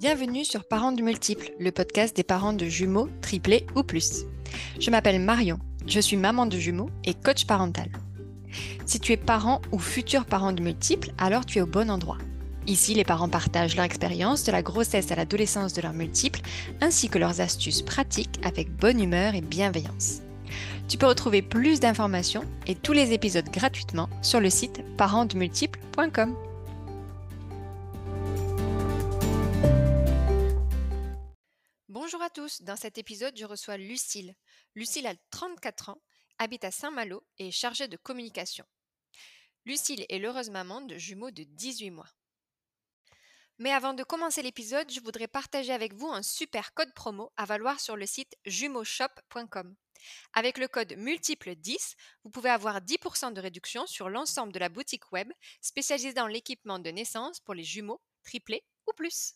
Bienvenue sur Parents du Multiple, le podcast des parents de jumeaux, triplés ou plus. Je m'appelle Marion, je suis maman de jumeaux et coach parental. Si tu es parent ou futur parent de multiples, alors tu es au bon endroit. Ici, les parents partagent leur expérience de la grossesse à l'adolescence de leurs multiples, ainsi que leurs astuces pratiques avec bonne humeur et bienveillance. Tu peux retrouver plus d'informations et tous les épisodes gratuitement sur le site parentsdumultiple.com. Bonjour à tous, dans cet épisode, je reçois Lucille. Lucille a 34 ans, habite à Saint-Malo et est chargée de communication. Lucille est l'heureuse maman de jumeaux de 18 mois. Mais avant de commencer l'épisode, je voudrais partager avec vous un super code promo à valoir sur le site jumeauxshop.com. Avec le code multiple10, vous pouvez avoir 10% de réduction sur l'ensemble de la boutique web spécialisée dans l'équipement de naissance pour les jumeaux, triplés ou plus.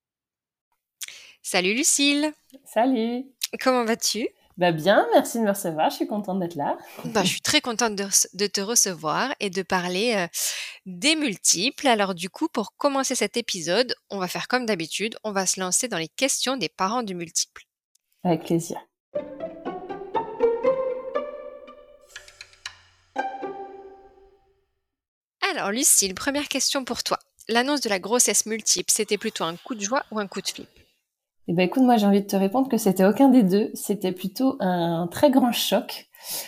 Salut Lucille! Salut! Comment vas-tu? Bien, merci de me recevoir, je suis contente d'être là. Je suis très contente de te recevoir et de parler des multiples. Alors du coup, pour commencer cet épisode, on va faire comme d'habitude, on va se lancer dans les questions des parents du multiple. Avec plaisir. Alors Lucille, première question pour toi. L'annonce de la grossesse multiple, c'était plutôt un coup de joie ou un coup de flip? Écoute, moi j'ai envie de te répondre que c'était aucun des deux, c'était plutôt un très grand choc.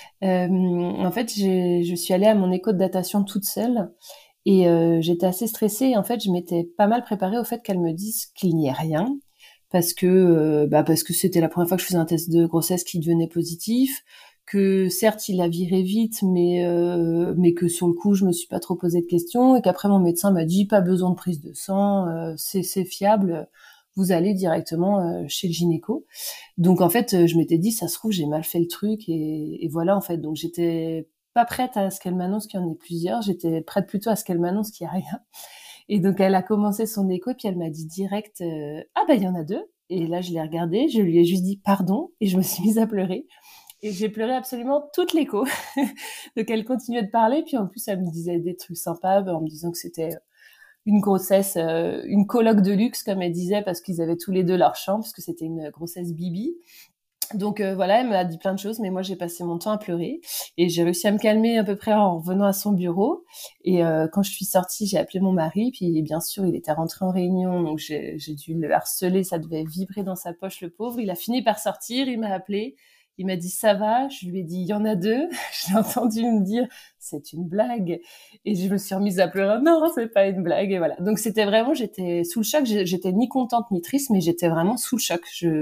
En fait, je suis allée à mon écho de datation toute seule et j'étais assez stressée. En fait, je m'étais pas mal préparée au fait qu'elle me dise qu'il n'y ait rien parce que c'était la première fois que je faisais un test de grossesse qui devenait positif, que certes il a viré vite, mais que sur le coup je me suis pas trop posé de questions et qu'après mon médecin m'a dit pas besoin de prise de sang, c'est fiable, vous allez directement chez le gynéco. Donc en fait je m'étais dit ça se trouve j'ai mal fait le truc et voilà en fait. Donc j'étais pas prête à ce qu'elle m'annonce qu'il y en ait plusieurs, j'étais prête plutôt à ce qu'elle m'annonce qu'il y a rien. Et donc elle a commencé son écho et puis elle m'a dit direct il y en a deux. Et là je l'ai regardée, je lui ai juste dit pardon et je me suis mise à pleurer. Et j'ai pleuré absolument toute l'écho. Donc elle continuait de parler, puis en plus elle me disait des trucs sympas en me disant que c'était une grossesse, une coloc de luxe comme elle disait, parce qu'ils avaient tous les deux leur chambre, parce que c'était une grossesse bibi. Donc voilà, elle m'a dit plein de choses, mais moi j'ai passé mon temps à pleurer et j'ai réussi à me calmer à peu près en revenant à son bureau. Et quand je suis sortie, j'ai appelé mon mari, puis bien sûr il était rentré en réunion, donc j'ai dû le harceler, ça devait vibrer dans sa poche le pauvre. Il a fini par sortir, il m'a appelé, il m'a dit ça va, je lui ai dit il y en a deux, je l'ai entendu me dire c'est une blague et je me suis remise à pleurer, non c'est pas une blague, et voilà. Donc c'était vraiment, j'étais sous le choc, j'étais ni contente ni triste, mais j'étais vraiment sous le choc.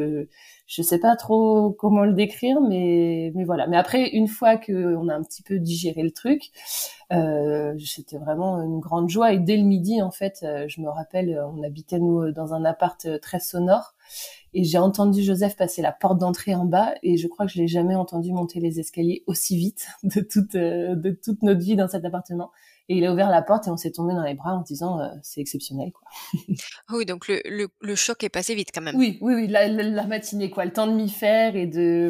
Je sais pas trop comment le décrire, mais voilà. Mais après, une fois que on a un petit peu digéré le truc, c'était vraiment une grande joie. Et dès le midi, en fait, je me rappelle, on habitait nous dans un appart très sonore, et j'ai entendu Joseph passer la porte d'entrée en bas, et je crois que je l'ai jamais entendu monter les escaliers aussi vite de toute notre vie dans cet appartement. Et il a ouvert la porte et on s'est tombé dans les bras en se disant c'est exceptionnel, quoi. Oui, donc le choc est passé vite quand même. Oui, la matinée, quoi, le temps de m'y faire et de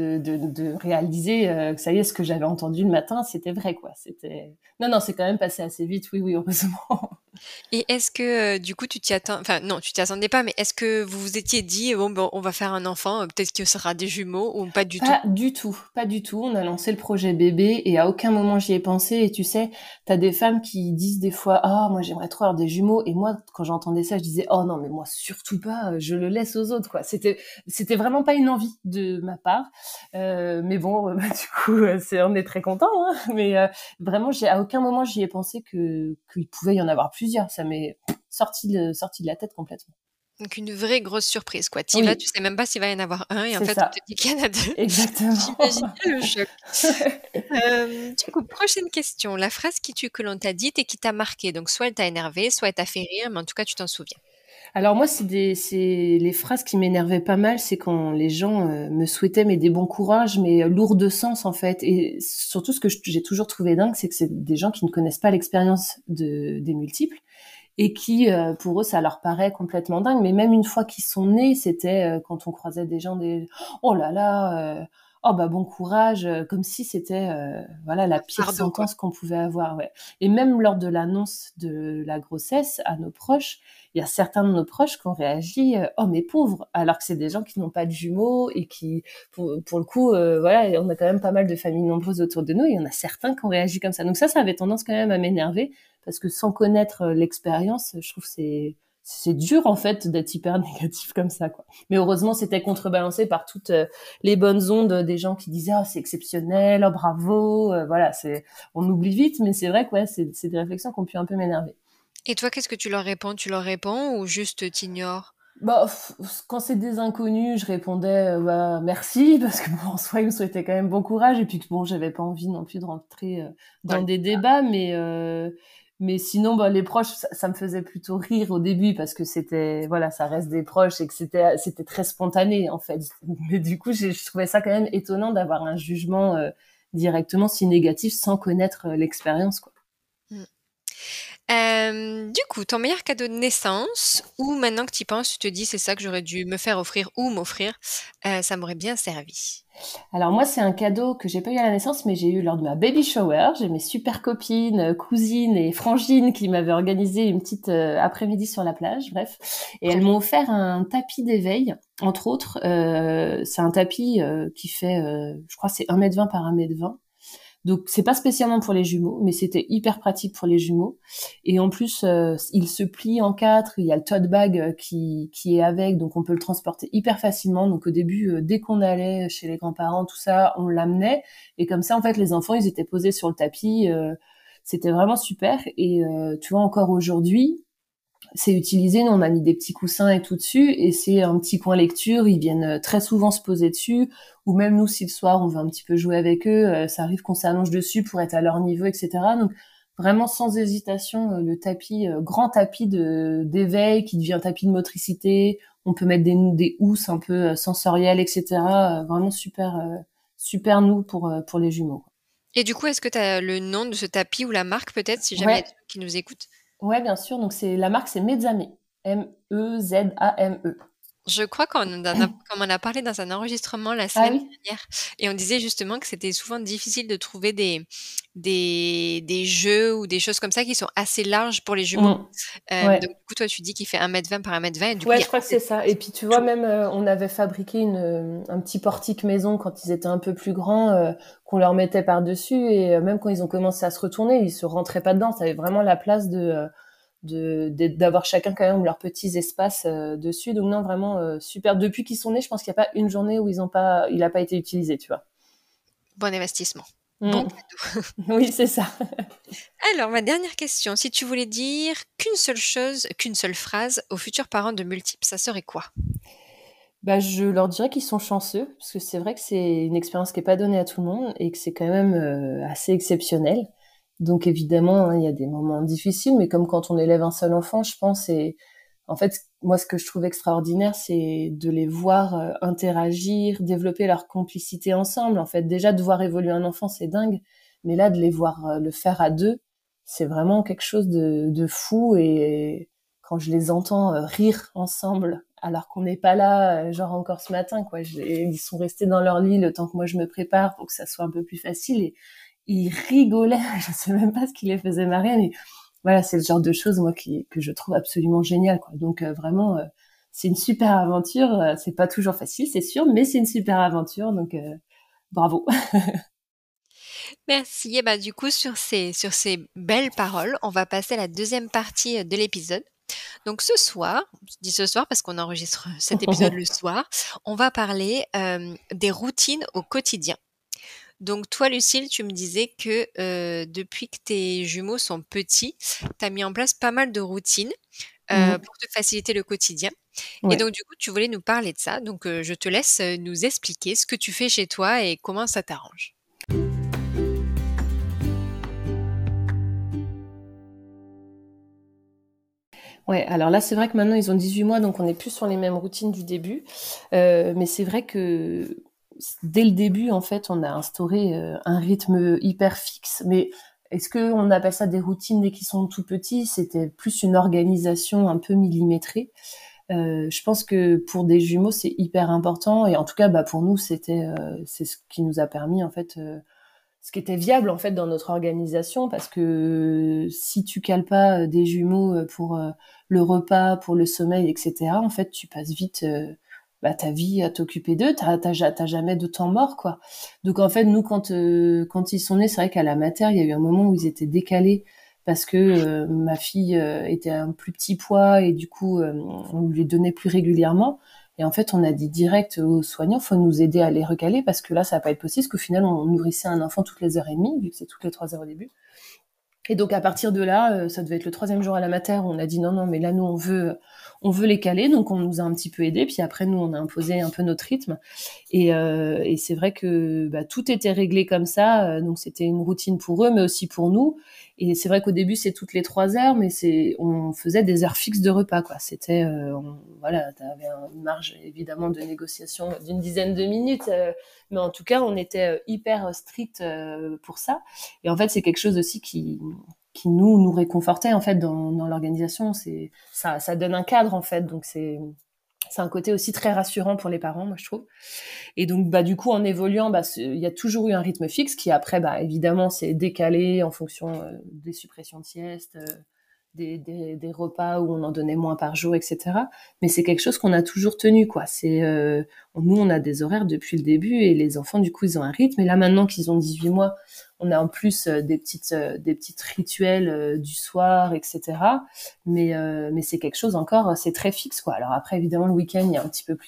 réaliser que ça y est, ce que j'avais entendu le matin, c'était vrai, quoi. Non, c'est quand même passé assez vite, oui, heureusement. Et est-ce que du coup tu t'y attends, enfin non, tu t'y attendais pas, mais est-ce que vous vous étiez dit on va faire un enfant, peut-être que ce sera des jumeaux ou pas du tout? Pas du tout. On a lancé le projet bébé et à aucun moment j'y ai pensé. Et tu sais, t'as des femmes qui disent des fois, moi j'aimerais trop avoir des jumeaux. Et moi, quand j'entendais ça, je disais, oh non, mais moi surtout pas. Je le laisse aux autres, quoi. C'était vraiment pas une envie de ma part. Mais bon, du coup, on est très content. Hein. Mais vraiment, à aucun moment j'y ai pensé qu'il pouvait y en avoir plusieurs. Ça m'est sorti de la tête complètement. Donc une vraie grosse surprise, quoi. T'y vas, tu sais même pas s'il va y en avoir un et en C'est fait, ça. on te dit qu'il y en a deux. Exactement. J'imagine bien le choc. Du coup, prochaine question. La phrase qui tue que l'on t'a dite et qui t'a marqué. Donc, soit elle t'a énervé, soit elle t'a fait rire, mais en tout cas, tu t'en souviens. Alors moi, c'est les phrases qui m'énervaient pas mal, c'est quand les gens me souhaitaient des bons courages, mais lourds de sens en fait. Et surtout, ce que j'ai toujours trouvé dingue, c'est que c'est des gens qui ne connaissent pas l'expérience des multiples et qui, pour eux, ça leur paraît complètement dingue. Mais même une fois qu'ils sont nés, c'était quand on croisait des gens, oh là là, oh bah bon courage, comme si c'était voilà la pire Fardeau, quoi. sentence qu'on pouvait avoir, ouais. Et même lors de l'annonce de la grossesse à nos proches, il y a certains de nos proches qui ont réagi, oh mes pauvres, alors que c'est des gens qui n'ont pas de jumeaux et qui, pour le coup, voilà, on a quand même pas mal de familles nombreuses autour de nous, et il y en a certains qui ont réagi comme ça. Donc ça avait tendance quand même à m'énerver, parce que sans connaître l'expérience, je trouve que c'est dur en fait d'être hyper négatif comme ça, quoi. Mais heureusement, c'était contrebalancé par toutes les bonnes ondes des gens qui disaient, oh, c'est exceptionnel, oh, bravo, voilà, on oublie vite, mais c'est vrai que ouais, c'est des réflexions qui ont pu un peu m'énerver. Et toi, qu'est-ce que tu leur réponds? Tu leur réponds ou juste t'ignores? Bah, quand c'est des inconnus, je répondais bah, merci, parce que bon, en soi, ils me souhaitaient quand même bon courage, et puis que bon, j'avais pas envie non plus de rentrer dans Dans des débats, mais sinon, bah, les proches, ça me faisait plutôt rire au début, parce que c'était, voilà, ça reste des proches, et que c'était très spontané, en fait. Mais du coup, je trouvais ça quand même étonnant d'avoir un jugement directement si négatif sans connaître l'expérience, quoi. Mmh. Du coup, ton meilleur cadeau de naissance ou maintenant que tu y penses, tu te dis: «C'est ça que j'aurais dû me faire offrir ou m'offrir, ça m'aurait bien servi». Alors moi, c'est un cadeau que j'ai pas eu à la naissance, mais j'ai eu lors de ma baby shower. J'ai mes super copines, cousines et frangines qui m'avaient organisé une petite après-midi sur la plage, bref. Et Trop elles bien. m'ont offert un tapis d'éveil, entre autres. C'est un tapis qui fait, je crois, c'est 1,20 m par 1,20 m. Donc c'est pas spécialement pour les jumeaux, mais c'était hyper pratique pour les jumeaux. Et en plus, il se plie en quatre. Il y a le tote bag qui est avec, donc on peut le transporter hyper facilement. Donc au début, dès qu'on allait chez les grands-parents, tout ça, on l'amenait. Et comme ça, en fait, les enfants, ils étaient posés sur le tapis. C'était vraiment super. Et tu vois, encore aujourd'hui, c'est utilisé. Nous, on a mis des petits coussins et tout dessus, et c'est un petit coin lecture. Ils viennent très souvent se poser dessus, ou même nous, si le soir on veut un petit peu jouer avec eux, ça arrive qu'on s'allonge dessus pour être à leur niveau, etc. Donc vraiment sans hésitation, le tapis, grand tapis d'éveil qui devient tapis de motricité. On peut mettre des housses un peu sensorielles, etc. Vraiment super, super nous pour les jumeaux. Et du coup, est-ce que tu as le nom de ce tapis ou la marque peut-être, si jamais il y a des Ouais, gens qui nous écoutent? ouais, bien sûr. Donc c'est la marque, c'est Mezame, Mezame. Je crois qu'on en a parlé dans un enregistrement la Ah semaine oui. dernière et on disait justement que c'était souvent difficile de trouver des jeux ou des choses comme ça qui sont assez larges pour les jumeaux. Mm. Donc Ouais. du coup, toi, tu dis qu'il fait 1,20 m par 1,20 m et du coup, il Ouais, y je a crois que assez c'est de ça. place Et puis tu pour vois, tout. même on avait fabriqué un petit portique maison quand ils étaient un peu plus grands, qu'on leur mettait par-dessus, et même quand ils ont commencé à se retourner, ils se rentraient pas dedans. Ça avait vraiment la place d'avoir chacun quand même leurs petits espaces dessus. Donc non, vraiment super. Depuis qu'ils sont nés, je pense qu'il n'y a pas une journée où il a pas été utilisé, tu vois. Bon investissement. Bon Mm. cadeau. Oui, c'est ça. Alors ma dernière question, si tu voulais dire qu'une seule chose, qu'une seule phrase aux futurs parents de multiples, ça serait quoi? Bah, je leur dirais qu'ils sont chanceux, parce que c'est vrai que c'est une expérience qui est pas donnée à tout le monde, et que c'est quand même assez exceptionnel. Donc évidemment, hein, il y a des moments difficiles, mais comme quand on élève un seul enfant, je pense. Et en fait, moi, ce que je trouve extraordinaire, c'est de les voir interagir, développer leur complicité ensemble. En fait, déjà de voir évoluer un enfant, c'est dingue, mais là, de les voir le faire à deux, c'est vraiment quelque chose de fou. Et quand je les entends rire ensemble, alors qu'on n'est pas là, genre encore ce matin, quoi. Ils sont restés dans leur lit le temps que moi je me prépare pour que ça soit un peu plus facile, et ils rigolaient. Je sais même pas ce qui les faisait marrer, mais voilà, c'est le genre de choses, moi, que je trouve absolument génial, quoi. Donc vraiment, c'est une super aventure. C'est pas toujours facile, c'est sûr, mais c'est une super aventure. Donc bravo. Merci. Et bah, du coup, sur ces belles paroles, on va passer à la deuxième partie de l'épisode. Donc ce soir, je dis ce soir parce qu'on enregistre cet épisode le soir, on va parler des routines au quotidien. Donc toi, Lucille, tu me disais que depuis que tes jumeaux sont petits, tu as mis en place pas mal de routines Mm. pour te faciliter le quotidien. Et Ouais. donc du coup, tu voulais nous parler de ça. Donc je te laisse nous expliquer ce que tu fais chez toi et comment ça t'arrange. Ouais, alors là, c'est vrai que maintenant, ils ont 18 mois, donc on n'est plus sur les mêmes routines du début. Mais c'est vrai que dès le début, en fait, on a instauré un rythme hyper fixe. Mais est-ce qu'on appelle ça des routines dès qu'ils sont tout petits? C'était plus une organisation un peu millimétrée. Je pense que pour des jumeaux, c'est hyper important et en tout cas, bah, pour nous, c'est ce qui nous a permis en fait, ce qui était viable en fait dans notre organisation parce que si tu cales pas des jumeaux pour le repas, pour le sommeil, etc., en fait, tu passes vite bah, ta vie à t'occuper d'eux. T'as jamais de temps mort, quoi. Donc en fait, nous, quand ils sont nés, c'est vrai qu'à la mater, il y a eu un moment où ils étaient décalés parce que ma fille était un plus petit poids et du coup, on lui donnait plus régulièrement. Et en fait, on a dit direct aux soignants, faut nous aider à les recaler parce que là, ça va pas être possible, parce qu'au final, on nourrissait un enfant toutes les heures et demie, vu que c'est toutes les 3 heures au début. Et donc à partir de là, ça devait être le troisième jour à la mater, on a dit non, non, mais là nous on veut les caler, donc on nous a un petit peu aidés, puis après nous on a imposé un peu notre rythme. Et c'est vrai que bah, tout était réglé comme ça, donc c'était une routine pour eux, mais aussi pour nous. Et c'est vrai qu'au début c'est toutes les 3 heures, mais on faisait des heures fixes de repas, quoi. C'était voilà, t'avais une marge évidemment de négociation d'une dizaine de minutes, mais en tout cas on était hyper strict pour ça. Et en fait c'est quelque chose aussi qui nous réconfortait en fait dans l'organisation. C'est ça donne un cadre en fait, donc c'est un côté aussi très rassurant pour les parents, moi je trouve. Et donc bah du coup en évoluant, bah il y a toujours eu un rythme fixe qui après bah évidemment c'est décalé en fonction des suppressions de sieste, des repas où on en donnait moins par jour, etc. Mais c'est quelque chose qu'on a toujours tenu, quoi. Nous, on a des horaires depuis le début et les enfants, du coup, ils ont un rythme. Et là, maintenant qu'ils ont 18 mois, on a en plus des petites rituels du soir, etc. Mais c'est quelque chose encore, c'est très fixe, quoi. Alors après, évidemment, le week-end, il y a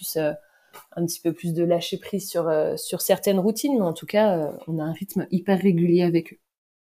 un petit peu plus de lâcher prise sur certaines routines, mais en tout cas, on a un rythme hyper régulier avec eux.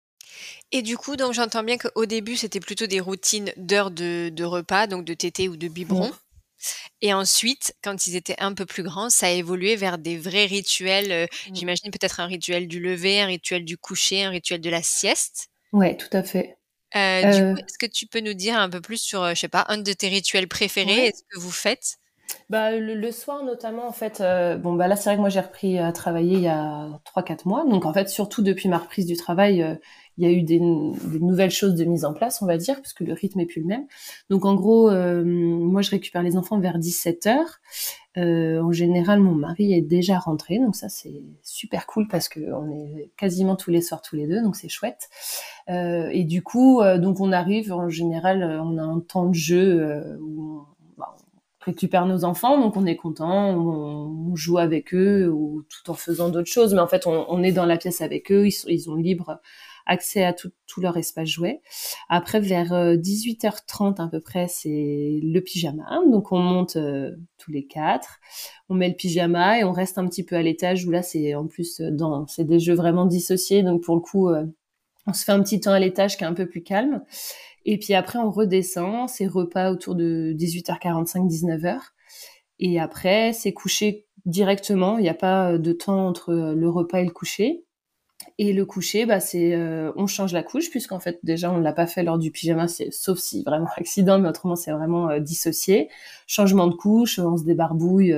Et du coup, donc j'entends bien qu'au début, c'était plutôt des routines d'heures de repas, donc de tétée ou de biberon. Mm. Et ensuite, quand ils étaient un peu plus grands, ça a évolué vers des vrais rituels, Mm. j'imagine peut-être un rituel du lever, un rituel du coucher, un rituel de la sieste. Ouais, tout à fait. Du Euh, coup, est-ce que tu peux nous dire un peu plus sur, je sais pas, un de tes rituels préférés ouais. et ce que vous faites? Bah, le soir notamment, en fait, bon, bah là, c'est vrai que moi, j'ai repris à travailler il y a 3 4 mois. Donc, en fait, surtout depuis ma reprise du travail, il y a eu des nouvelles choses de mise en place, on va dire, parce que le rythme est plus le même. Donc, en gros, moi, je récupère les enfants vers 17 heures. En général, mon mari est déjà rentré, donc ça, c'est super cool parce que on est quasiment tous les soirs tous les deux, donc c'est chouette. Et du coup, donc on arrive, en général, on a un temps de jeu où bah, on récupère nos enfants, donc on est content, on joue avec eux, ou tout en faisant d'autres choses. Mais en fait, on est dans la pièce avec eux, ils ont libre accès à tout leur espace jouet. Après, vers 18h30 à peu près, c'est le pyjama. Donc on monte tous les quatre, on met le pyjama et on reste un petit peu à l'étage où là, c'est en plus, c'est des jeux vraiment dissociés. Donc pour le coup, on se fait un petit temps à l'étage qui est un peu plus calme. Et puis après, on redescend. C'est repas autour de 18h45, 19h. Et après, c'est coucher directement. Il n'y a pas de temps entre le repas et le coucher. Et le coucher, bah, on change la couche, puisqu'en fait, déjà, on ne l'a pas fait lors du pyjama, sauf si vraiment accident, mais autrement, c'est vraiment dissocié. Changement de couche, on se débarbouille,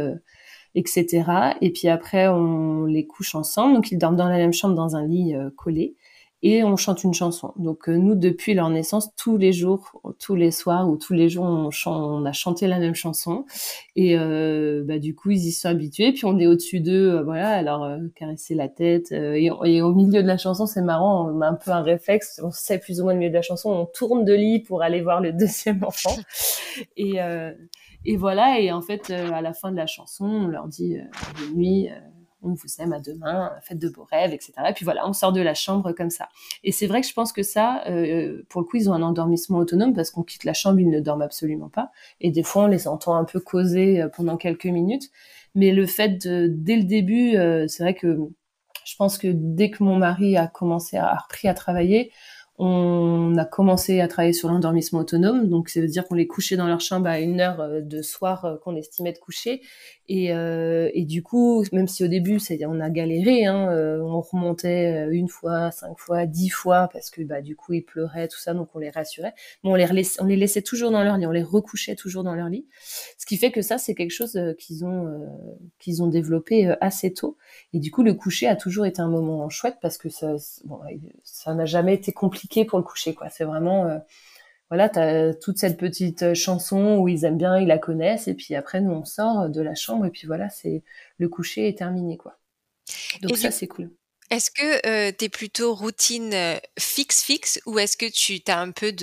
etc. Et puis après, on les couche ensemble. Donc, ils dorment dans la même chambre, dans un lit collé. Et on chante une chanson. Donc, nous, depuis leur naissance, tous les jours, tous les soirs ou tous les jours, on a chanté la même chanson. Et bah, du coup, ils y sont habitués. Puis, on est au-dessus d'eux, voilà, alors caresser la tête. Et au milieu de la chanson, c'est marrant, on a un peu un réflexe. On sait plus ou moins le milieu de la chanson. On tourne de lit pour aller voir le deuxième enfant. Et, euh, et voilà, et en fait, à la fin de la chanson, on leur dit bonne nuit, on vous aime, à demain, faites de beaux rêves, etc. Et puis voilà, on sort de la chambre comme ça. Et c'est vrai que je pense que ça, pour le coup, ils ont un endormissement autonome parce qu'on quitte la chambre, ils ne dorment absolument pas. Et des fois, on les entend un peu causer pendant quelques minutes. Mais le fait dès le début, c'est vrai que je pense que dès que mon mari a repris à travailler, on a commencé à travailler sur l'endormissement autonome. Donc, ça veut dire qu'on les couchait dans leur chambre à une heure de soir qu'on estimait de coucher. Et du coup, même si au début, on a galéré, hein, on remontait une fois, 5 fois, 10 fois, parce que bah, du coup, ils pleuraient, tout ça, donc on les rassurait. Mais on les laissait toujours dans leur lit, on les recouchait toujours dans leur lit. Ce qui fait que ça, c'est quelque chose qu'ils ont développé assez tôt. Et du coup, le coucher a toujours été un moment chouette parce que ça n'a jamais été compliqué pour le coucher, quoi. C'est vraiment, voilà, t'as toute cette petite chanson où ils aiment bien, ils la connaissent, et puis après, nous, on sort de la chambre, et puis voilà, c'est le coucher est terminé, quoi. Donc Et ça, du c'est cool. Est-ce que, tu es plutôt routine, fixe ou est-ce que tu as un peu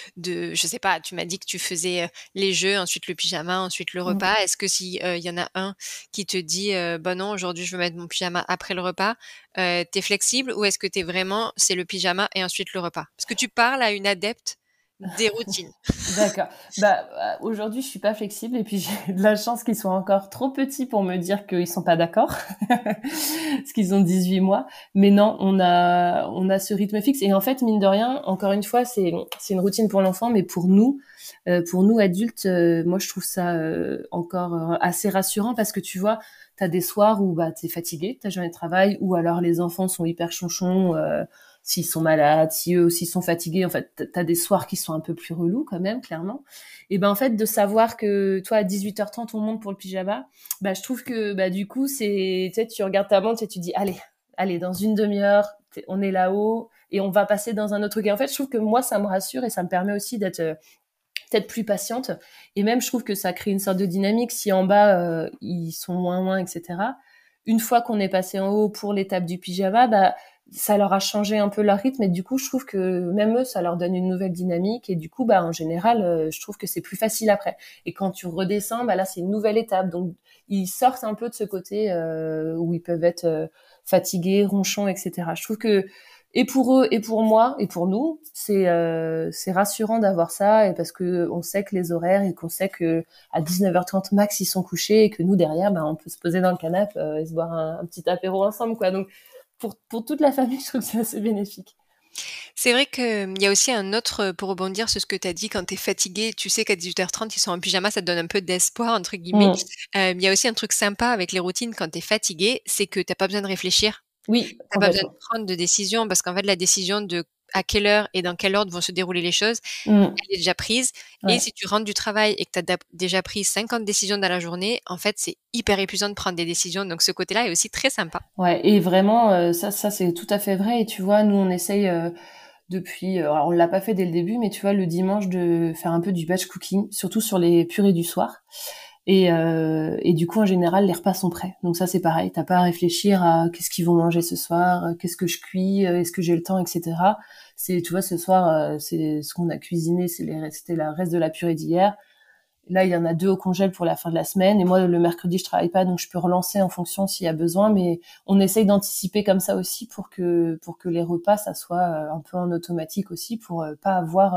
je sais pas, tu m'as dit que tu faisais, les jeux, ensuite le pyjama, ensuite le Mm. repas. Est-ce que si, il y en a un qui te dit, «Bah, non, aujourd'hui je veux mettre mon pyjama après le repas», tu es flexible ou est-ce que tu es vraiment c'est le pyjama et ensuite le repas? Parce que tu parles à une adepte des routines. D'accord. Bah, aujourd'hui, je suis pas flexible, et puis j'ai de la chance qu'ils soient encore trop petits pour me dire qu'ils sont pas d'accord, parce qu'ils ont 18 mois. Mais non, on a ce rythme fixe. Et en fait, mine de rien, encore une fois, c'est une routine pour l'enfant, mais pour nous adultes, moi, je trouve ça encore assez rassurant, parce que tu vois, t'as des soirs où bah t'es fatigué, ta journée de travail, ou alors les enfants sont hyper chonchons. S'ils sont malades, si eux aussi sont fatigués, en fait, t'as des soirs qui sont un peu plus relous quand même, clairement. Et ben en fait, de savoir que toi à 18h30 on monte pour le pyjama, bah je trouve que bah du coup c'est, tu sais, tu regardes ta montre et tu dis allez, dans une demi-heure, on est là-haut et on va passer dans un autre truc. Et en fait, je trouve que moi ça me rassure et ça me permet aussi d'être peut-être plus patiente. Et même, je trouve que ça crée une sorte de dynamique. Si en bas, ils sont moins, etc. Une fois qu'on est passé en haut pour l'étape du pyjama, bah, ça leur a changé un peu leur rythme. Et du coup, je trouve que même eux, ça leur donne une nouvelle dynamique. Et du coup, bah, en général, je trouve que c'est plus facile après. Et quand tu redescends, bah, là, c'est une nouvelle étape. Donc, ils sortent un peu de ce côté où ils peuvent être fatigués, ronchons, etc. Je trouve que et pour eux, et pour moi, et pour nous, c'est rassurant d'avoir ça, et parce que on sait que les horaires, et qu'on sait que à 19h30 max ils sont couchés, et que nous derrière, ben on peut se poser dans le canapé et se boire un petit apéro ensemble, quoi. Donc pour toute la famille, je trouve que c'est assez bénéfique. C'est vrai qu'il y a aussi un autre, pour rebondir sur ce que tu as dit, quand tu es fatigué, tu sais qu'à 18h30 ils sont en pyjama, ça te donne un peu «d'espoir» entre guillemets. Mm. Il y a aussi un truc sympa avec les routines quand tu es fatigué, c'est que tu as pas besoin de réfléchir. Oui, Tu as pas besoin de complètement. prendre de décision parce qu'en fait la décision de à quelle heure et dans quel ordre vont se dérouler les choses, Mm. elle est déjà prise et Ouais. si tu rentres du travail et que tu as déjà pris 50 décisions dans la journée, en fait, c'est hyper épuisant de prendre des décisions donc ce côté-là est aussi très sympa. Ouais, et vraiment, ça c'est tout à fait vrai. Et tu vois, nous on essaye depuis, alors on l'a pas fait dès le début, mais tu vois, le dimanche, de faire un peu du batch cooking, surtout sur les purées du soir. Et du coup, en général, les repas sont prêts. Donc ça, c'est pareil. T'as pas à réfléchir à qu'est-ce qu'ils vont manger ce soir, qu'est-ce que je cuis, est-ce que j'ai le temps, etc. C'est, tu vois, ce soir, c'est ce qu'on a cuisiné, c'était le reste de la purée d'hier. Là, il y en a deux au congèle pour la fin de la semaine. Et moi, le mercredi, je travaille pas, donc je peux relancer en fonction s'il y a besoin. Mais on essaye d'anticiper comme ça aussi, pour que les repas, ça soit un peu en automatique aussi, pour pas avoir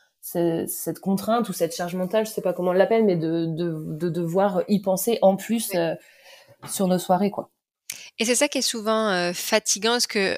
cette contrainte ou cette charge mentale, je sais pas comment on l'appelle, mais de devoir y penser en plus sur nos soirées, quoi. Et c'est ça qui est souvent, fatigant parce que,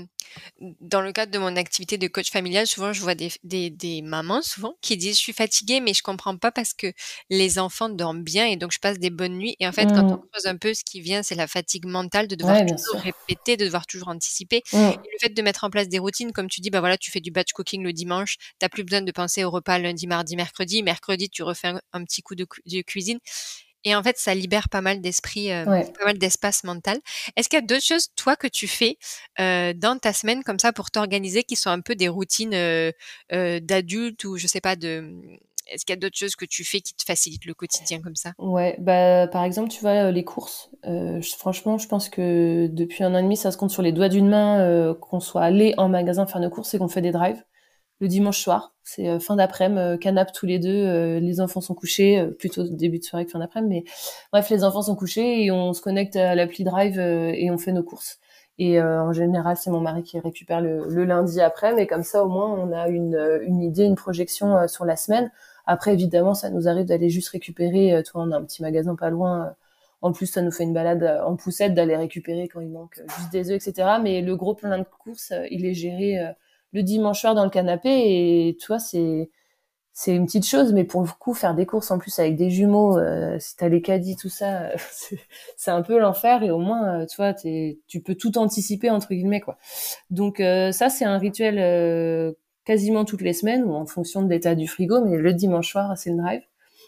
dans le cadre de mon activité de coach familial, souvent je vois des mamans souvent qui disent: «Je suis fatiguée, mais je comprends pas parce que les enfants dorment bien et donc je passe des bonnes nuits» et en fait, quand on Mmh. creuse un peu, ce qui vient, c'est la fatigue mentale de devoir Ouais, bien toujours sûr. répéter, de devoir toujours anticiper Mmh. et le fait de mettre en place des routines, comme tu dis, bah, voilà, tu fais du batch cooking le dimanche, tu as plus besoin de penser au repas lundi, mardi, mercredi. Mercredi, tu refais un petit coup de cuisine et en fait, ça libère pas mal d'esprit, Ouais. pas mal d'espace mental. Est-ce qu'il y a d'autres choses, toi, que tu fais, dans ta semaine comme ça pour t'organiser qui sont un peu des routines, d'adultes ou je sais pas est-ce qu'il y a d'autres choses que tu fais qui te facilitent le quotidien comme ça? Ouais, bah, par exemple, tu vois, les courses, franchement, je pense que depuis 1 an et demi, ça se compte sur les doigts d'une main, qu'on soit allé en magasin faire nos courses et qu'on fait des drives. Le dimanche soir, c'est fin d'après-midi, canapé tous les deux, les enfants sont couchés, plutôt début de soirée que fin d'après-midi, mais bref, les enfants sont couchés et on se connecte à l'appli Drive et on fait nos courses. Et en général, c'est mon mari qui récupère le lundi après, mais comme ça, au moins, on a une idée, une projection sur la semaine. Après, évidemment, ça nous arrive d'aller juste récupérer. Toi, on a un petit magasin pas loin. En plus, ça nous fait une balade en poussette d'aller récupérer quand il manque juste des œufs, etc. Mais le gros plein de courses, il est géré le dimanche soir dans le canapé. Et tu vois, c'est une petite chose, mais pour le coup, faire des courses en plus avec des jumeaux, si t'as les caddies, tout ça, c'est un peu l'enfer. Et au moins, tu vois, tu peux tout anticiper entre guillemets, quoi. Donc ça, c'est un rituel quasiment toutes les semaines, ou en fonction de l'état du frigo, mais le dimanche soir, c'est le drive.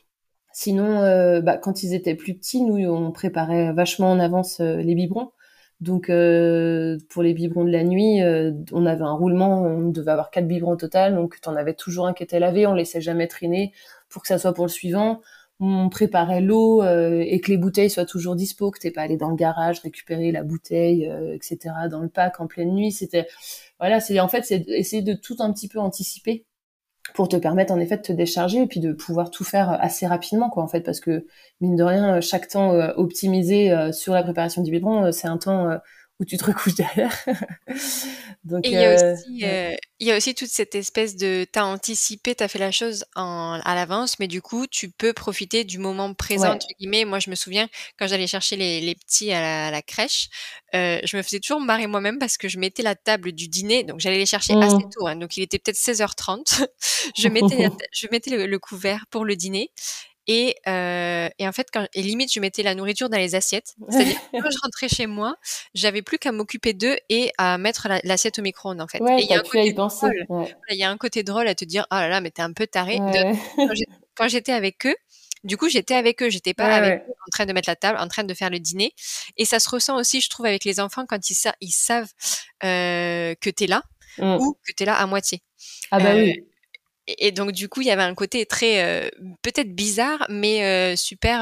Sinon, bah, quand ils étaient plus petits, nous, on préparait vachement en avance les biberons. Donc pour les biberons de la nuit, on avait un roulement, on devait avoir 4 biberons au total, donc t'en avais toujours un qui était lavé, on laissait jamais traîner pour que ça soit pour le suivant. On préparait l'eau et que les bouteilles soient toujours dispo, que t'es pas allé dans le garage récupérer la bouteille, etc. dans le pack en pleine nuit. C'était voilà, c'est en fait c'est essayer de tout un petit peu anticiper pour te permettre en effet de te décharger et puis de pouvoir tout faire assez rapidement quoi en fait parce que mine de rien chaque temps optimisé sur la préparation du biberon c'est un temps où tu te recouches derrière Et donc ouais. il y a aussi toute cette espèce de t'as anticipé, t'as fait la chose à l'avance, mais du coup, tu peux profiter du moment présent, Ouais. entre guillemets. Moi, je me souviens, quand j'allais chercher les petits à la crèche, je me faisais toujours marrer moi-même parce que je mettais la table du dîner, donc j'allais les chercher assez Mmh. tôt, hein, donc il était peut-être 16h30. Je mettais le couvert pour le dîner et en fait, limite, je mettais la nourriture dans les assiettes. C'est-à-dire que quand je rentrais chez moi, j'avais plus qu'à m'occuper d'eux et à mettre l'assiette au micro-ondes, en fait. Et Ouais, il y a t'as un pu à côté y penser. drôle. Ouais. Voilà, il y a un côté drôle à te dire, oh là là, mais t'es un peu taré. D'un Ouais. côté, quand j'étais avec eux, du coup, j'étais avec eux. J'étais pas Ouais, avec eux ouais. en train de mettre la table, en train de faire le dîner. Et ça se ressent aussi, je trouve, avec les enfants quand ils savent que t'es là Mmh. ou que t'es là à moitié. Ah bah Euh, oui. et donc du coup, il y avait un côté très peut-être bizarre, mais super.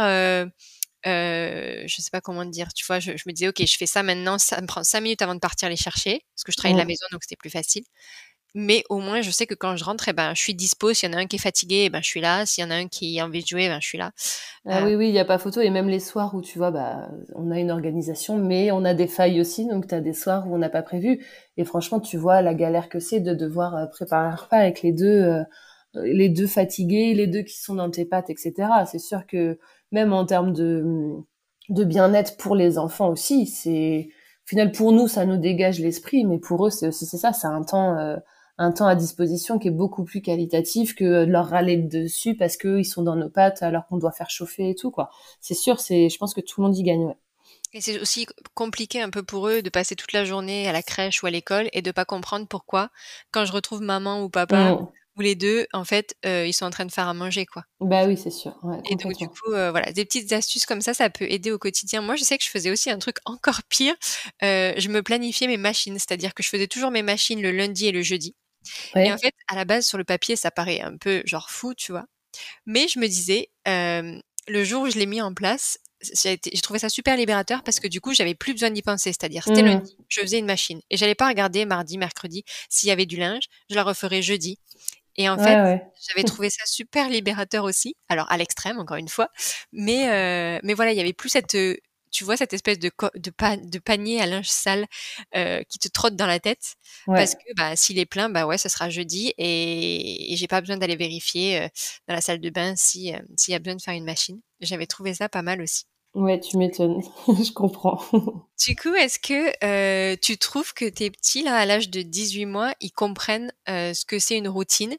Je sais pas comment te dire. Tu vois, je me disais, ok, je fais ça maintenant. Ça me prend 5 minutes avant de partir les chercher parce que je travaille de la Mmh. maison, donc c'était plus facile. Mais au moins, je sais que quand je rentre, eh ben, je suis dispo. S'il y en a un qui est fatigué, eh ben, je suis là. S'il y en a un qui a envie de jouer, eh ben, je suis là. Ah Euh, oui, oui, il y a pas photo et même les soirs où tu vois, bah, on a une organisation, mais on a des failles aussi, donc t'as des soirs où on n'a pas prévu. Et franchement, tu vois la galère que c'est de devoir préparer un repas avec les deux fatigués, les deux qui sont dans tes pattes, etc. C'est sûr que même en termes de bien-être pour les enfants aussi, c'est, au final, pour nous, ça nous dégage l'esprit, mais pour eux, c'est aussi, c'est ça, c'est un temps à disposition qui est beaucoup plus qualitatif que de leur râler dessus parce qu'ils sont dans nos pattes alors qu'on doit faire chauffer et tout, quoi. C'est sûr, je pense que tout le monde y gagne, ouais. et c'est aussi compliqué un peu pour eux de passer toute la journée à la crèche ou à l'école et de pas comprendre pourquoi, quand je retrouve maman ou papa Mm. ou les deux, en fait, ils sont en train de faire à manger, quoi. Bah oui, c'est sûr, ouais, Et donc du complètement. coup, voilà, des petites astuces comme ça peut aider au quotidien. Moi, je sais que je faisais aussi un truc encore pire, je me planifiais mes machines, c'est-à-dire que je faisais toujours mes machines le lundi et le jeudi et en Ouais. fait, à la base, sur le papier, ça paraît un peu genre fou, tu vois? Mais je me disais, le jour où je l'ai mis en place, j'ai trouvé ça super libérateur parce que du coup, j'avais plus besoin d'y penser. C'est-à-dire, c'était Mm. lundi, je faisais une machine et j'allais pas regarder mardi, mercredi s'il y avait du linge, je la referais jeudi et en fait, Ouais, ouais. j'avais trouvé ça super libérateur aussi. Alors à l'extrême, encore une fois, mais voilà, il y avait plus tu vois, cette espèce de panier à linge sale, qui te trotte dans la tête parce Ouais. que, bah, s'il est plein, bah, ouais, ce sera jeudi et j'ai pas besoin d'aller vérifier, dans la salle de bain s'il y a besoin de faire une machine. J'avais trouvé ça pas mal aussi. Ouais, tu m'étonnes. Je comprends. Du coup, est-ce que, tu trouves que tes petits là, à l'âge de 18 mois, ils comprennent, ce que c'est une routine,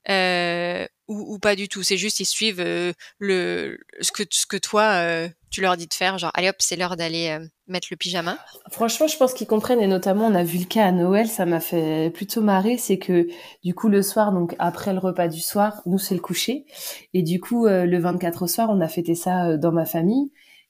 ou pas du tout? C'est juste ils suivent, ce que toi, tu leur dis de faire, genre: «Allez hop, c'est l'heure d'aller, mettre le pyjama». Franchement, je pense qu'ils comprennent et notamment on a vu le cas à Noël, ça m'a fait plutôt marrer, c'est que du coup le soir, donc après le repas du soir, nous c'est le coucher et du coup le 24 au soir, on a fêté ça dans ma famille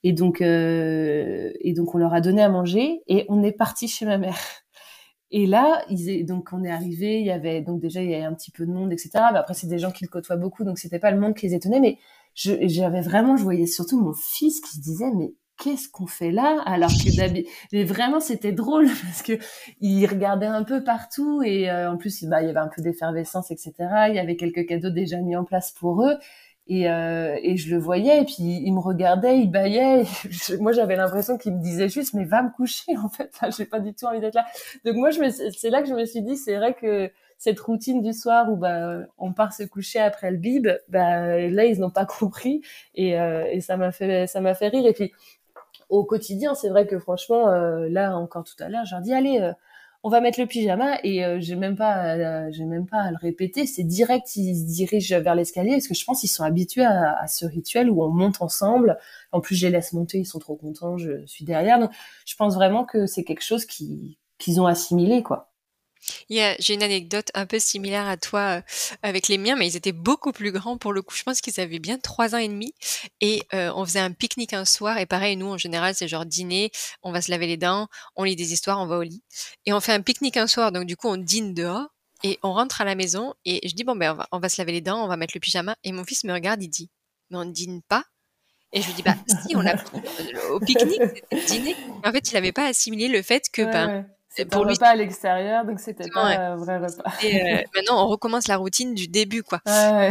et donc on leur a donné à manger et on est parti chez ma mère. Et là, donc on est arrivé, il y avait donc déjà il y avait un petit peu de monde, etc. Mais après c'est des gens qui le côtoient beaucoup, donc c'était pas le monde qui les étonnait. Mais j'avais vraiment, je voyais surtout mon fils qui se disait mais qu'est-ce qu'on fait là alors que d'habitude, mais vraiment c'était drôle parce que il regardait un peu partout et en plus bah il y avait un peu d'effervescence, etc. Il y avait quelques cadeaux déjà mis en place pour eux. Et je le voyais, et puis il me regardait, il bâillait. Moi, j'avais l'impression qu'il me disait juste, mais va me coucher, en fait. Là, j'ai pas du tout envie d'être là. Donc moi, c'est là que je me suis dit, c'est vrai que cette routine du soir où bah on part se coucher après le bib, bah là ils n'ont pas compris et ça m'a fait rire. Et puis au quotidien, c'est vrai que franchement, là encore tout à l'heure, je leur dis allez, on va mettre le pyjama et j'ai même pas à le répéter. C'est direct, ils se dirigent vers l'escalier parce que je pense qu'ils sont habitués à ce rituel où on monte ensemble. En plus, je les laisse monter, ils sont trop contents, je suis derrière. Donc, je pense vraiment que c'est quelque chose qu'ils ont assimilé, quoi. J'ai une anecdote un peu similaire à toi, avec les miens, mais ils étaient beaucoup plus grands pour le coup. Je pense qu'ils avaient bien 3 ans et demi et on faisait un pique-nique un soir et pareil, nous, en général, c'est genre dîner, on va se laver les dents, on lit des histoires, on va au lit et on fait un pique-nique un soir, donc du coup, on dîne dehors et on rentre à la maison et je dis: «Bon, ben, on va se laver les dents, on va mettre le pyjama» et mon fils me regarde, il dit: «Mais on ne dîne pas?» et je lui dis: «Bah si, on l'a pris, au pique-nique, c'était le dîner». En fait, il avait pas assimilé le fait que, Ouais, ben, ouais. C'est un pour lui, repas à l'extérieur, donc c'était pas exactement, ouais. un vrai repas. Maintenant on recommence la routine du début, quoi. Ouais,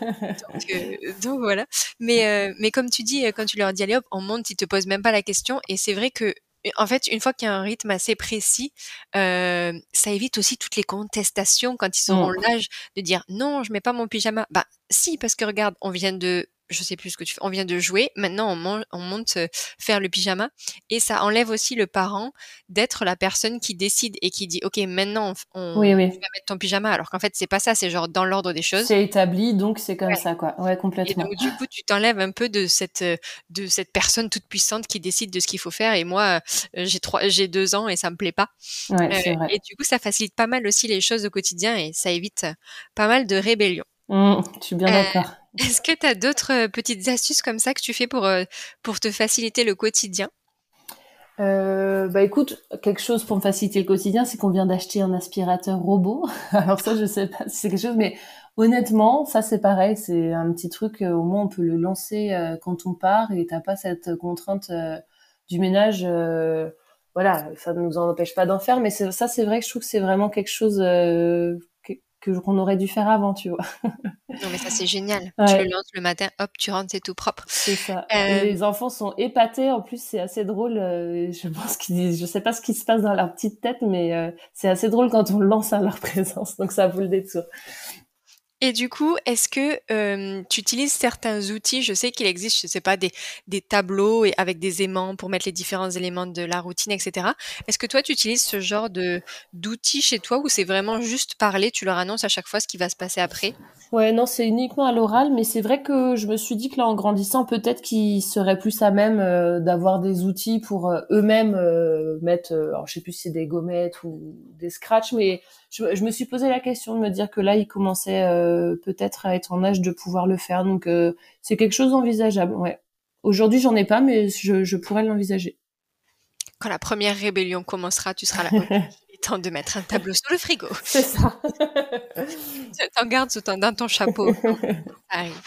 Donc voilà. Mais comme tu dis, quand tu leur dis: «Allez hop, on monte», ils te posent même pas la question et c'est vrai que, en fait, une fois qu'il y a un rythme assez précis, ça évite aussi toutes les contestations quand ils auront Mmh. l'âge de dire: «Non, je mets pas mon pyjama». Bah si, parce que regarde, on vient de je sais plus ce que tu fais, on vient de jouer, maintenant on monte, faire le pyjama et ça enlève aussi le parent d'être la personne qui décide et qui dit: «OK, maintenant Oui, tu oui. vas mettre ton pyjama», alors qu'en fait c'est pas ça, c'est genre dans l'ordre des choses. C'est établi, donc c'est comme Ouais. ça, quoi. Ouais, Et complètement. donc du coup, tu t'enlèves un peu de cette personne toute puissante qui décide de ce qu'il faut faire et moi, j'ai 2 ans et ça me plaît pas, Ouais, c'est vrai. et du coup, ça facilite pas mal aussi les choses au quotidien et ça évite, pas mal de rébellions. Je suis bien Heu, d'accord. Est-ce que tu as d'autres, petites astuces comme ça que tu fais pour te faciliter le quotidien? Bah, écoute, quelque chose pour me faciliter le quotidien, c'est qu'on vient d'acheter un aspirateur robot. Alors ça, je sais pas si c'est quelque chose, mais honnêtement, ça c'est pareil, c'est un petit truc, au moins on peut le lancer, quand on part et t'as pas cette contrainte, du ménage, voilà, ça ne nous en empêche pas d'en faire, mais c'est vrai que je trouve que c'est vraiment quelque chose, qu'on aurait dû faire avant, tu vois? Non, mais ça, c'est génial. Tu le Ouais. lances le matin, hop, tu rentres, c'est tout propre. C'est ça. Et Hem les enfants sont épatés. En plus, c'est assez drôle. Je pense je sais pas ce qui se passe dans leur petite tête, mais c'est assez drôle quand on le lance à leur présence. Donc ça vaut le détour. Et du coup, est-ce que, tu utilises certains outils? Je sais qu'il existe, je sais pas, des tableaux et avec des aimants pour mettre les différents éléments de la routine et cetera. Est-ce que toi, tu utilises ce genre de d'outils chez toi ou c'est vraiment juste parler, tu leur annonces à chaque fois ce qui va se passer après? Ouais, non, c'est uniquement à l'oral, mais c'est vrai que je me suis dit que là, en grandissant, peut-être qu'ils seraient plus à même d'avoir des outils pour eux-mêmes mettre, alors je sais plus si c'est des gommettes ou des scratchs, mais je me suis posé la question de me dire que là, ils commençaient peut-être à être en âge de pouvoir le faire, donc c'est quelque chose d'envisageable, ouais. Aujourd'hui, j'en ai pas, mais je pourrais l'envisager. Quand la première rébellion commencera, tu seras là: «OK, il est temps de mettre un tableau sur le frigo». C'est ça. Tu gardes dans ton chapeau. Ça arrive.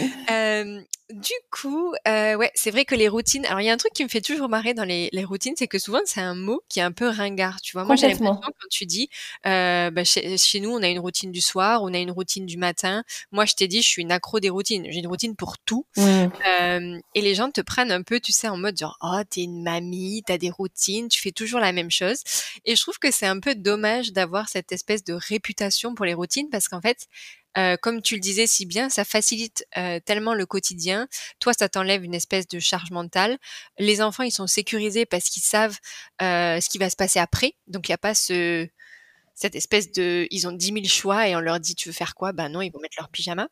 Du coup, ouais, c'est vrai que les routines alors il y a un truc qui me fait toujours marrer dans les routines, c'est que souvent c'est un mot qui est un peu ringard, tu vois? Moi, j'ai l'impression Complètement. quand tu dis, bah, chez nous, on a une routine du soir, on a une routine du matin. Moi, je t'ai dit, je suis une accro des routines. J'ai une routine pour tout, Mmh. et les gens te prennent un peu, tu sais, en mode genre: «Oh, tu es une mamie, tu as des routines, tu fais toujours la même chose» et je trouve que c'est un peu dommage d'avoir cette espèce de réputation pour les routines parce qu'en fait, comme tu le disais si bien, ça facilite, tellement le quotidien. Toi, ça t'enlève une espèce de charge mentale. Les enfants, ils sont sécurisés parce qu'ils savent, ce qui va se passer après. Donc il y a pas cette espèce de ils ont 10 000 choix et on leur dit: «Tu veux faire quoi?» Ben non, ils vont mettre leur pyjama.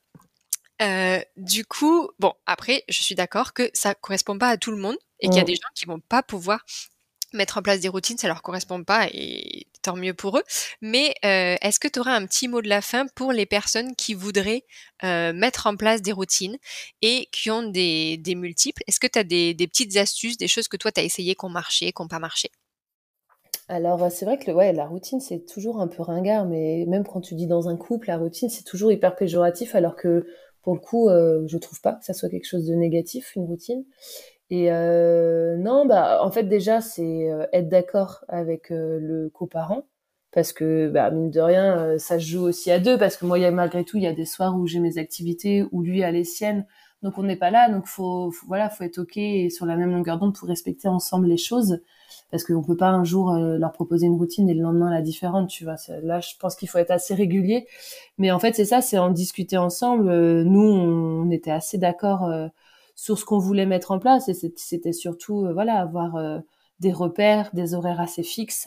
Du coup, bon, après, je suis d'accord que ça correspond pas à tout le monde et qu'il y a des Mmh. gens qui vont pas pouvoir mettre en place des routines, ça leur correspond pas et tant mieux pour eux. Mais, est-ce que tu aurais un petit mot de la fin pour les personnes qui voudraient, mettre en place des routines et qui ont des multiples? Est-ce que tu as des petites astuces, des choses que toi tu as essayé, qui ont marché, qui ont pas marché? Alors, c'est vrai que ouais, la routine, c'est toujours un peu ringard, mais même quand tu dis dans un couple, la routine, c'est toujours hyper péjoratif alors que, pour le coup, je trouve pas que ça soit quelque chose de négatif, une routine et non, bah, en fait, déjà, c'est, être d'accord avec, le coparent parce que, bah, mine de rien, ça se joue aussi à 2 parce que moi, malgré tout, il y a des soirs où j'ai mes activités, où lui a les siennes, donc on n'est pas là, donc voilà, faut être OK et sur la même longueur d'onde pour respecter ensemble les choses parce qu'on peut pas un jour leur proposer une routine et le lendemain la différente, tu vois. Là, je pense qu'il faut être assez régulier. Mais en fait, c'est ça, c'est en discuter ensemble. Nous, on était assez d'accord sur ce qu'on voulait mettre en place et c'était surtout, voilà, avoir des repères, des horaires assez fixes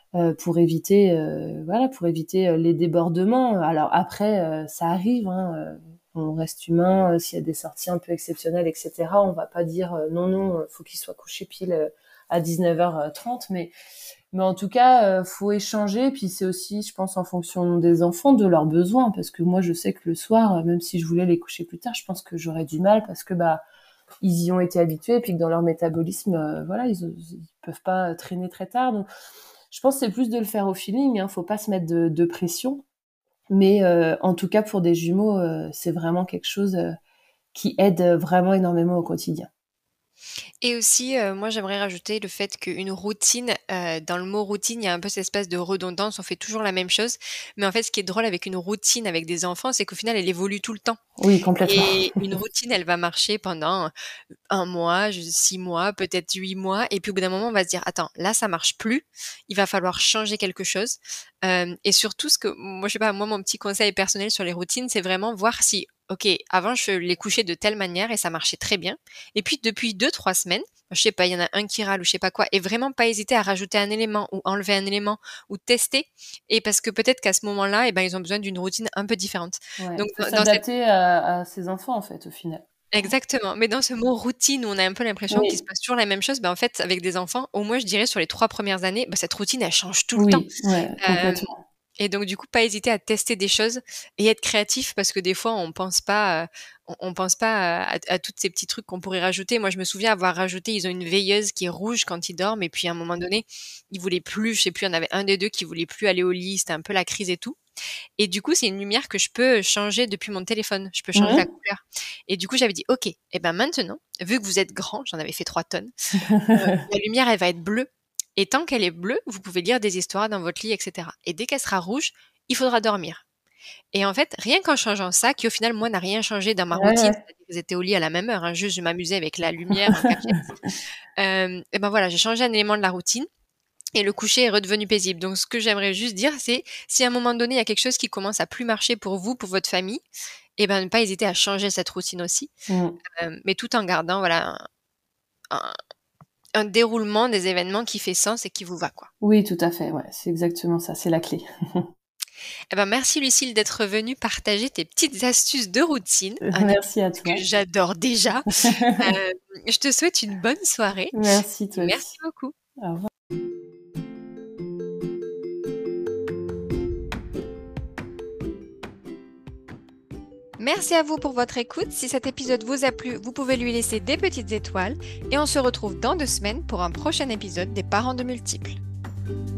pour éviter les débordements. Alors après, ça arrive, hein, on reste humain. S'il y a des sorties un peu exceptionnelles, etc., on va pas dire non, non, faut qu'il soit couché pile à 19h30. Mais en tout cas, faut échanger. Puis c'est aussi, je pense, en fonction des enfants, de leurs besoins. Parce que moi, je sais que le soir, même si je voulais les coucher plus tard, je pense que j'aurais du mal parce que ils y ont été habitués. Et puis que dans leur métabolisme, voilà, ils peuvent pas traîner très tard. Donc, je pense que c'est plus de le faire au feeling. Faut pas se mettre de pression. Mais en tout cas, pour des jumeaux, c'est vraiment quelque chose qui aide vraiment énormément au quotidien. Et aussi, moi j'aimerais rajouter le fait qu'une routine, dans le mot routine, il y a un peu cette espèce de redondance, on fait toujours la même chose. Mais en fait, ce qui est drôle avec une routine avec des enfants, c'est qu'au final, elle évolue tout le temps. Oui, complètement. Et une routine, elle va marcher pendant 1 mois, 6 mois, peut-être 8 mois et puis au bout d'un moment, on va se dire: «Attends, là ça marche plus, il va falloir changer quelque chose». Et surtout ce que moi je sais pas, moi mon petit conseil personnel sur les routines, c'est vraiment voir si OK, avant je les couchais de telle manière et ça marchait très bien et puis depuis 2-3 semaines, je sais pas, il y en a un qui râle ou je sais pas quoi et vraiment pas hésiter à rajouter un élément ou enlever un élément ou tester et parce que peut-être qu'à ce moment-là ils ont besoin d'une routine un peu différente. Ouais, Donc faut dans cette s'adapter à ses enfants, en fait, au final. Exactement, mais dans ce mot routine où on a un peu l'impression qu'il se Oui, passe toujours la même chose, en fait, avec des enfants, au moins je dirais sur les 3 premières années, cette routine elle change tout le temps. oui, ouais, Hem complètement. et donc du coup, pas hésiter à tester des choses et être créatif parce que des fois on pense pas à toutes ces petits trucs qu'on pourrait rajouter. Moi, je me souviens avoir rajouté ils ont une veilleuse qui est rouge quand ils dorment et puis à un moment donné, ils voulaient plus, je sais plus, il y en avait un des 2 qui voulait plus aller au lit, c'était un peu la crise et tout et du coup, c'est une lumière que je peux changer depuis mon téléphone. Je peux changer la Mmh. couleur et du coup, j'avais dit: «OK et maintenant, vu que vous êtes grand», j'en avais fait 3 tonnes, la lumière, elle va être bleue et tant qu'elle est bleue, vous pouvez lire des histoires dans votre lit et cetera et dès qu'elle sera rouge, il faudra dormir et en fait, rien qu'en changeant ça, qui au final, moi, n'a rien changé dans ma Ouais, routine, ouais. c'est-à-dire qu'ils étaient au lit à la même heure, hein, juste je m'amusais avec la lumière en cachette. Voilà, j'ai changé un élément de la routine et le coucher est redevenu paisible. Donc ce que j'aimerais juste dire, c'est si à un moment donné, il y a quelque chose qui commence à plus marcher pour vous, pour votre famille, ne pas hésiter à changer cette routine aussi, Mmh. mais tout en gardant voilà un un déroulement des événements qui fait sens et qui vous va, quoi. Oui, tout à fait, ouais, c'est exactement ça, c'est la clé. Merci Lucille d'être venue partager tes petites astuces de routine, un Merci à exercice que toi. j'adore déjà. Je te souhaite une bonne soirée Merci, et toi merci aussi. beaucoup. Au revoir. Merci à vous pour votre écoute. Si cet épisode vous a plu, vous pouvez lui laisser des petites étoiles et on se retrouve dans 2 semaines pour un prochain épisode des parents de multiples.